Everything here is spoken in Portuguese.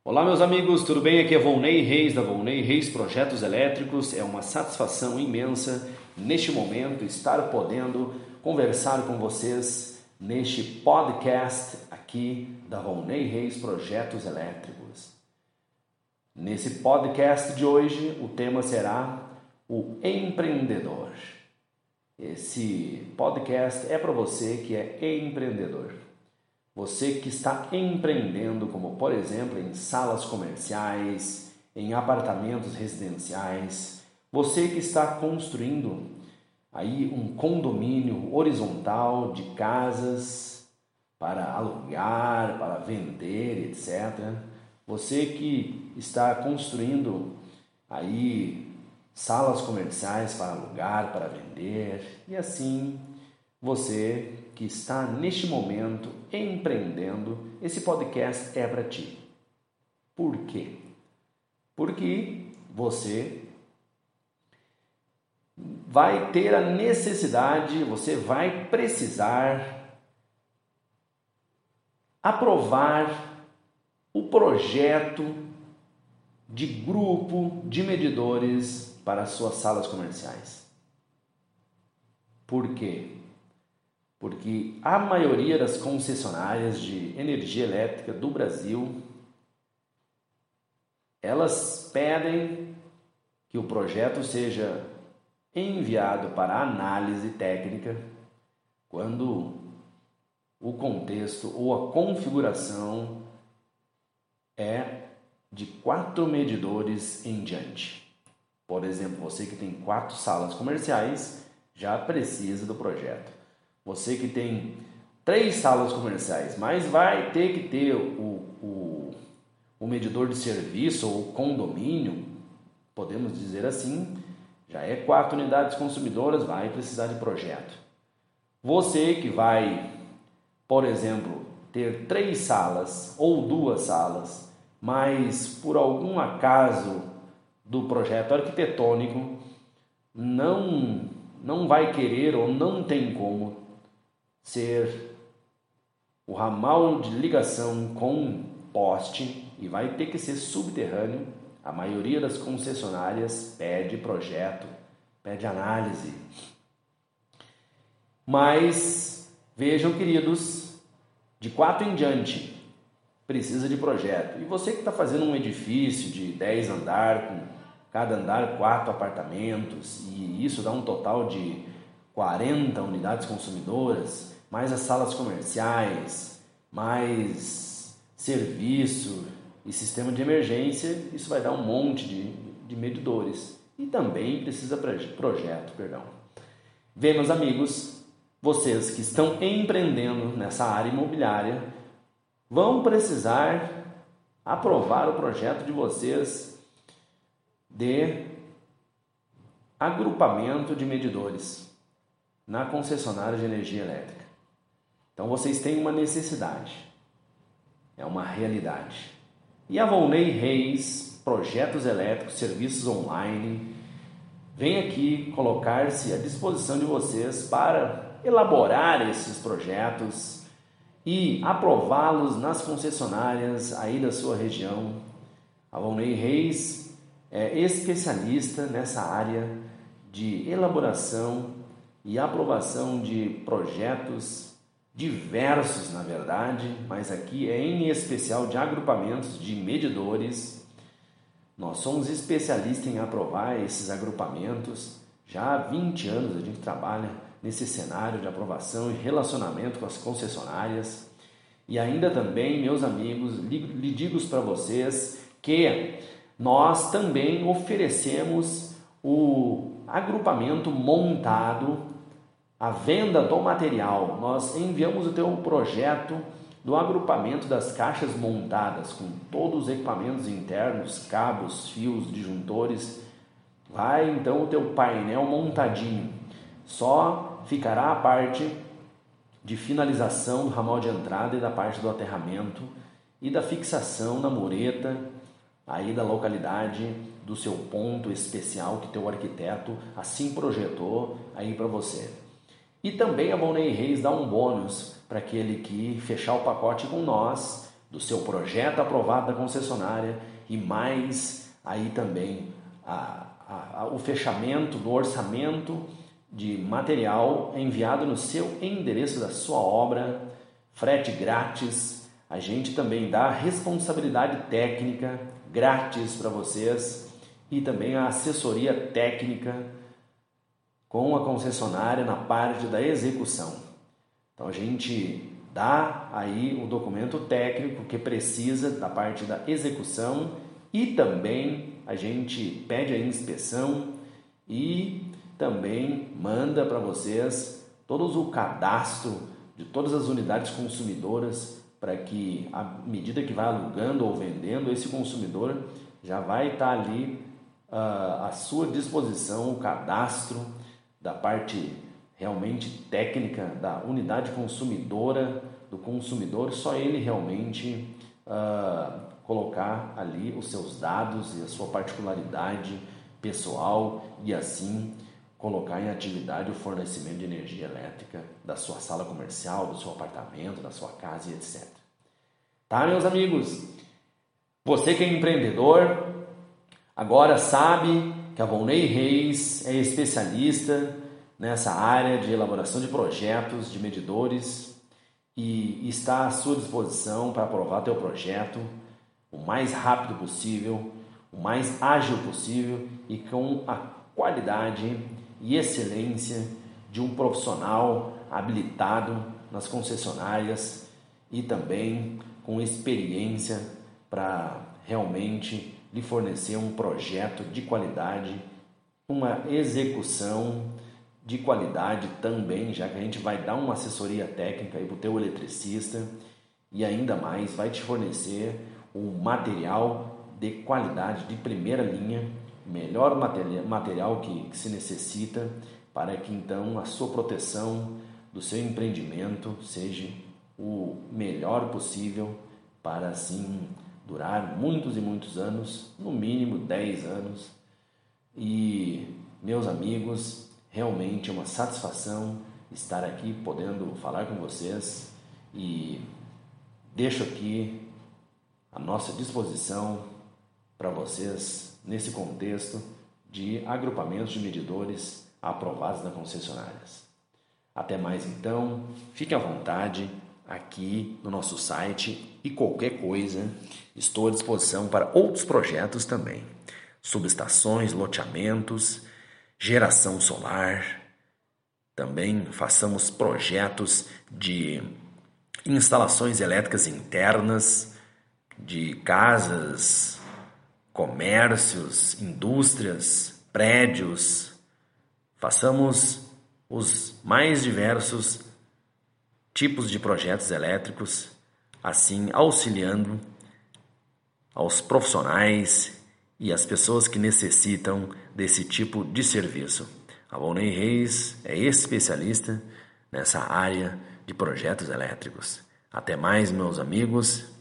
Olá meus amigos, tudo bem? Aqui é Volney Reis da Volney Reis Projetos Elétricos. É uma satisfação imensa neste momento estar podendo conversar com vocês neste podcast aqui da Volney Reis Projetos Elétricos. Nesse podcast de hoje o tema será o empreendedor. Esse podcast é para você que é empreendedor. Você que está empreendendo, como por exemplo em salas comerciais, em apartamentos residenciais, você que está construindo aí um condomínio horizontal de casas para alugar, para vender, etc. Você que está construindo aí salas comerciais para alugar, para vender e assim você que está neste momento empreendendo, esse podcast é para ti. Por quê? Porque você vai ter a necessidade, você vai precisar aprovar o projeto de grupo de medidores para as suas salas comerciais. Por quê? Porque a maioria das concessionárias de energia elétrica do Brasil, elas pedem que o projeto seja enviado para análise técnica quando o contexto ou a configuração é de 4 medidores em diante. Por exemplo, você que tem 4 salas comerciais já precisa do projeto. Você que tem 3 salas comerciais, mas vai ter que ter o medidor de serviço ou condomínio, podemos dizer assim, já é 4 unidades consumidoras, vai precisar de projeto. Você que vai, por exemplo, ter 3 salas ou 2 salas, mas por algum acaso do projeto arquitetônico não vai querer ou não tem como ser o ramal de ligação com poste e vai ter que ser subterrâneo. A maioria das concessionárias pede projeto, pede análise. Mas vejam, queridos, de 4 em diante precisa de projeto. E você que está fazendo um edifício de 10 andares, com cada andar 4 apartamentos, e isso dá um total de 40 unidades consumidoras, mais as salas comerciais, mais serviço e sistema de emergência, isso vai dar um monte de medidores. E também precisa projeto. Vê, meus amigos, vocês que estão empreendendo nessa área imobiliária, vão precisar aprovar o projeto de vocês de agrupamento de medidores na concessionária de energia elétrica. Então vocês têm uma necessidade, é uma realidade. E a Volney Reis, Projetos Elétricos, Serviços Online, vem aqui colocar-se à disposição de vocês para elaborar esses projetos e aprová-los nas concessionárias aí da sua região. A Volney Reis é especialista nessa área de elaboração e aprovação de projetos diversos, na verdade, mas aqui é em especial de agrupamentos de medidores. Nós somos especialistas em aprovar esses agrupamentos. Já há 20 anos a gente trabalha nesse cenário de aprovação e relacionamento com as concessionárias. E ainda também, meus amigos, lhe digo para vocês que nós também oferecemos o agrupamento montado, a venda do material. Nós enviamos o teu projeto do agrupamento das caixas montadas, com todos os equipamentos internos, cabos, fios, disjuntores. Vai então o teu painel montadinho. Só ficará a parte de finalização do ramal de entrada e da parte do aterramento e da fixação na mureta aí da localidade do seu ponto especial que teu arquiteto assim projetou aí para você. E também a Volney Reis dá um bônus para aquele que fechar o pacote com nós do seu projeto aprovado da concessionária e mais aí também o fechamento do orçamento de material enviado no seu endereço da sua obra, frete grátis. A gente também dá responsabilidade técnica grátis para vocês e também a assessoria técnica com a concessionária na parte da execução. Então a gente dá aí o documento técnico que precisa da parte da execução e também a gente pede a inspeção e também manda para vocês todos o cadastro de todas as unidades consumidoras para que, à medida que vai alugando ou vendendo, esse consumidor já vai estar ali à sua disposição o cadastro da parte realmente técnica da unidade consumidora, do consumidor, só ele realmente colocar ali os seus dados e a sua particularidade pessoal e assim colocar em atividade o fornecimento de energia elétrica da sua sala comercial, do seu apartamento, da sua casa e etc. Tá, meus amigos? Você que é empreendedor, agora sabe que a Volney Reis é especialista nessa área de elaboração de projetos, de medidores e está à sua disposição para aprovar teu projeto o mais rápido possível, o mais ágil possível e com a qualidade e excelência de um profissional habilitado nas concessionárias e também com experiência para realmente lhe fornecer um projeto de qualidade, uma execução de qualidade também, já que a gente vai dar uma assessoria técnica para o teu eletricista e ainda mais vai te fornecer um material de qualidade de primeira linha, melhor material que se necessita para que então a sua proteção do seu empreendimento seja o melhor possível para assim durar muitos e muitos anos, no mínimo 10 anos. E, meus amigos, realmente é uma satisfação estar aqui podendo falar com vocês e deixo aqui a nossa disposição para vocês nesse contexto de agrupamentos de medidores aprovados nas concessionárias. Até mais então, fique à vontade aqui no nosso site e qualquer coisa estou à disposição para outros projetos também. Subestações, loteamentos, geração solar. Também façamos projetos de instalações elétricas internas, de casas, comércios, indústrias, prédios. Façamos os mais diversos tipos de projetos elétricos, assim auxiliando aos profissionais e às pessoas que necessitam desse tipo de serviço. A Volney Reis é especialista nessa área de projetos elétricos. Até mais, meus amigos.